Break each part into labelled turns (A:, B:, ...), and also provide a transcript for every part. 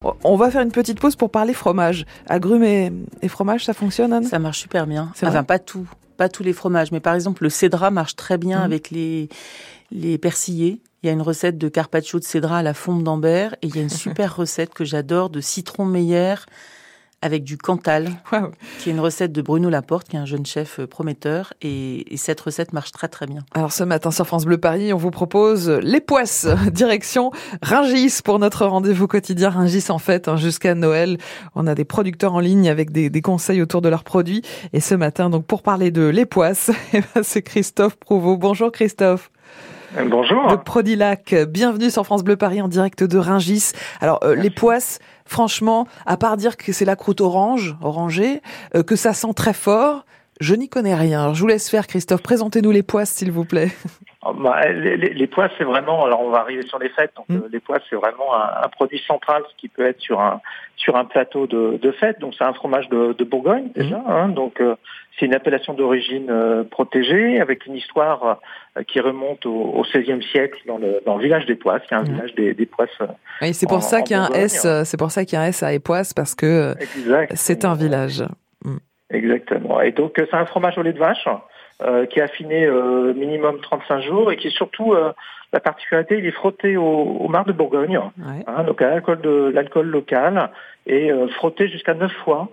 A: On va faire une petite pause pour parler fromage. Agrumes et fromage, ça fonctionne, Anne ?
B: Ça marche super bien. Enfin, pas tous les fromages, mais par exemple, le cédra marche très bien avec les persillés. Il y a une recette de carpaccio de cédra à la fombe d'Ambert et il y a une super recette que j'adore de citron Meyer avec du Cantal, qui est une recette de Bruno Laporte, qui est un jeune chef prometteur. Et cette recette marche très, très bien.
A: Alors ce matin sur France Bleu Paris, on vous propose les poisses, direction Rungis pour notre rendez-vous quotidien Rungis en fête jusqu'à Noël. On a des producteurs en ligne avec des conseils autour de leurs produits. Et ce matin, donc pour parler de les poisses, c'est Christophe Prouveau. Bonjour Christophe.
C: Bonjour.
A: De Prodilac, bienvenue sur France Bleu Paris en direct de Rungis. Alors les poisses, franchement, à part dire que c'est la croûte orangée, que ça sent très fort, je n'y connais rien. Alors, je vous laisse faire Christophe, présentez-nous les poisses s'il vous plaît.
C: Les poisses, c'est vraiment, alors on va arriver sur les fêtes, donc les poisses, c'est vraiment un produit central, ce qui peut être sur un plateau de fête. Donc c'est un fromage de Bourgogne déjà, donc c'est une appellation d'origine protégée avec une histoire qui remonte au XVIe siècle dans le village des Poisses, qui est un village des Poisses.
A: Oui, c'est pour ça qu'il y a un S, c'est pour ça qu'il y a un S à Époisses parce que c'est un village.
C: Exactement. Et donc c'est un fromage au lait de vache. Qui est affiné minimum 35 jours et qui est surtout la particularité, il est frotté au marc de Bourgogne, donc à l'alcool local et frotté jusqu'à 9 fois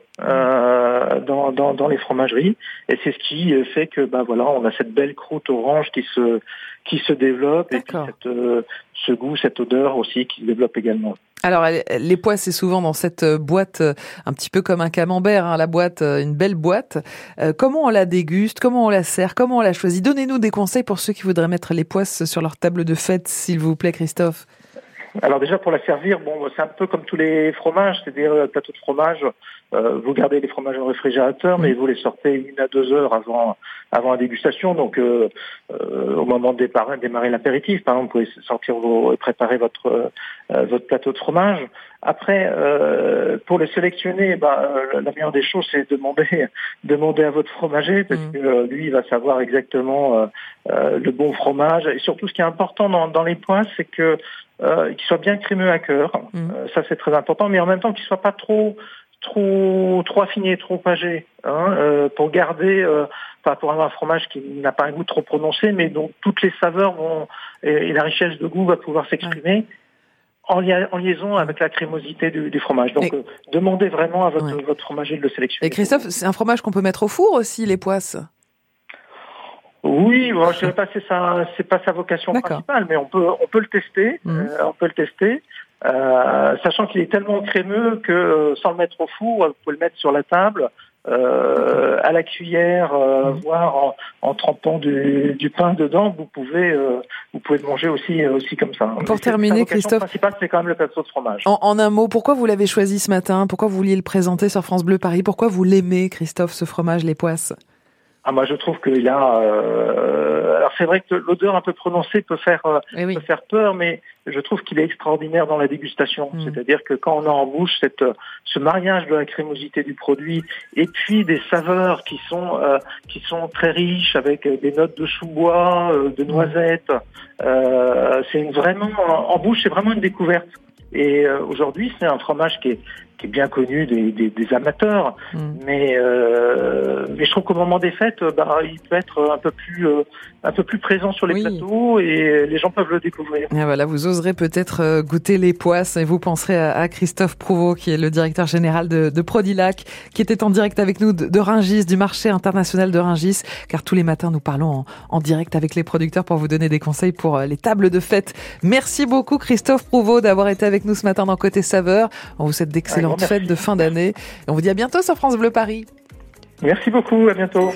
C: dans les fromageries et c'est ce qui fait que on a cette belle croûte orange qui se développe. D'accord. Et puis ce goût, cette odeur aussi qui se développe également.
A: Alors, les poisses, c'est souvent dans cette boîte, un petit peu comme un camembert, la boîte, une belle boîte. Comment on la déguste? Comment on la sert? Comment on la choisit? Donnez-nous des conseils pour ceux qui voudraient mettre les poisses sur leur table de fête, s'il vous plaît, Christophe.
C: Alors déjà, pour la servir, c'est un peu comme tous les fromages, c'est-à-dire le plateau de fromage, vous gardez les fromages en réfrigérateur, mais vous les sortez 1 à 2 heures avant la dégustation. Donc, au moment de démarrer l'apéritif, par exemple, vous pouvez sortir et préparer votre plateau de fromage. Après, pour les sélectionner, la meilleure des choses, c'est demander à votre fromager, parce que lui, il va savoir exactement le bon fromage. Et surtout, ce qui est important dans les poisses, c'est que qu'il soit bien crémeux à cœur. Ça, c'est très important, mais en même temps qu'il soit pas trop affiné, trop âgé, pour garder, pour avoir un fromage qui n'a pas un goût trop prononcé, mais dont toutes les saveurs et la richesse de goût va pouvoir s'exprimer en liaison avec la crémosité du fromage. Donc, demandez vraiment à votre fromager de le sélectionner.
A: Et Christophe, c'est un fromage qu'on peut mettre au four aussi, les poisses?
C: Oui, je dirais pas que c'est pas sa vocation principale, mais on peut le tester. On peut le tester. Sachant qu'il est tellement crémeux que sans le mettre au four, vous pouvez le mettre sur la table, à la cuillère, voire en trempant du pain dedans. Vous pouvez le manger aussi comme ça.
A: Pour terminer, Christophe,
C: la principale, c'est quand même le plateau de fromage.
A: En un mot, pourquoi vous l'avez choisi ce matin? Pourquoi vous vouliez le présenter sur France Bleu Paris? Pourquoi vous l'aimez, Christophe, ce fromage, les poisses?
C: Moi, je trouve qu'il a. Alors, c'est vrai que l'odeur un peu prononcée peut faire peur, mais je trouve qu'il est extraordinaire dans la dégustation. C'est-à-dire que quand on a en bouche ce mariage de la crémosité du produit et puis des saveurs qui sont très riches avec des notes de chou-bois, de noisettes, c'est vraiment en bouche, c'est vraiment une découverte. Et aujourd'hui, c'est un fromage qui est bien connu des amateurs, mais je trouve qu'au moment des fêtes, il peut être un peu plus présent sur les plateaux et les gens peuvent le découvrir.
A: Et voilà, vous oserez peut-être goûter les poisses et vous penserez à Christophe Prouveau, qui est le directeur général de Prodilac, qui était en direct avec nous de Rungis, du marché international de Rungis, car tous les matins nous parlons en direct avec les producteurs pour vous donner des conseils pour les tables de fête. Merci beaucoup Christophe Prouveau d'avoir été avec nous ce matin dans Côté Saveur. On vous souhaite d'excellentes fêtes de fin d'année. Et on vous dit à bientôt sur France Bleu Paris.
C: Merci beaucoup, à bientôt.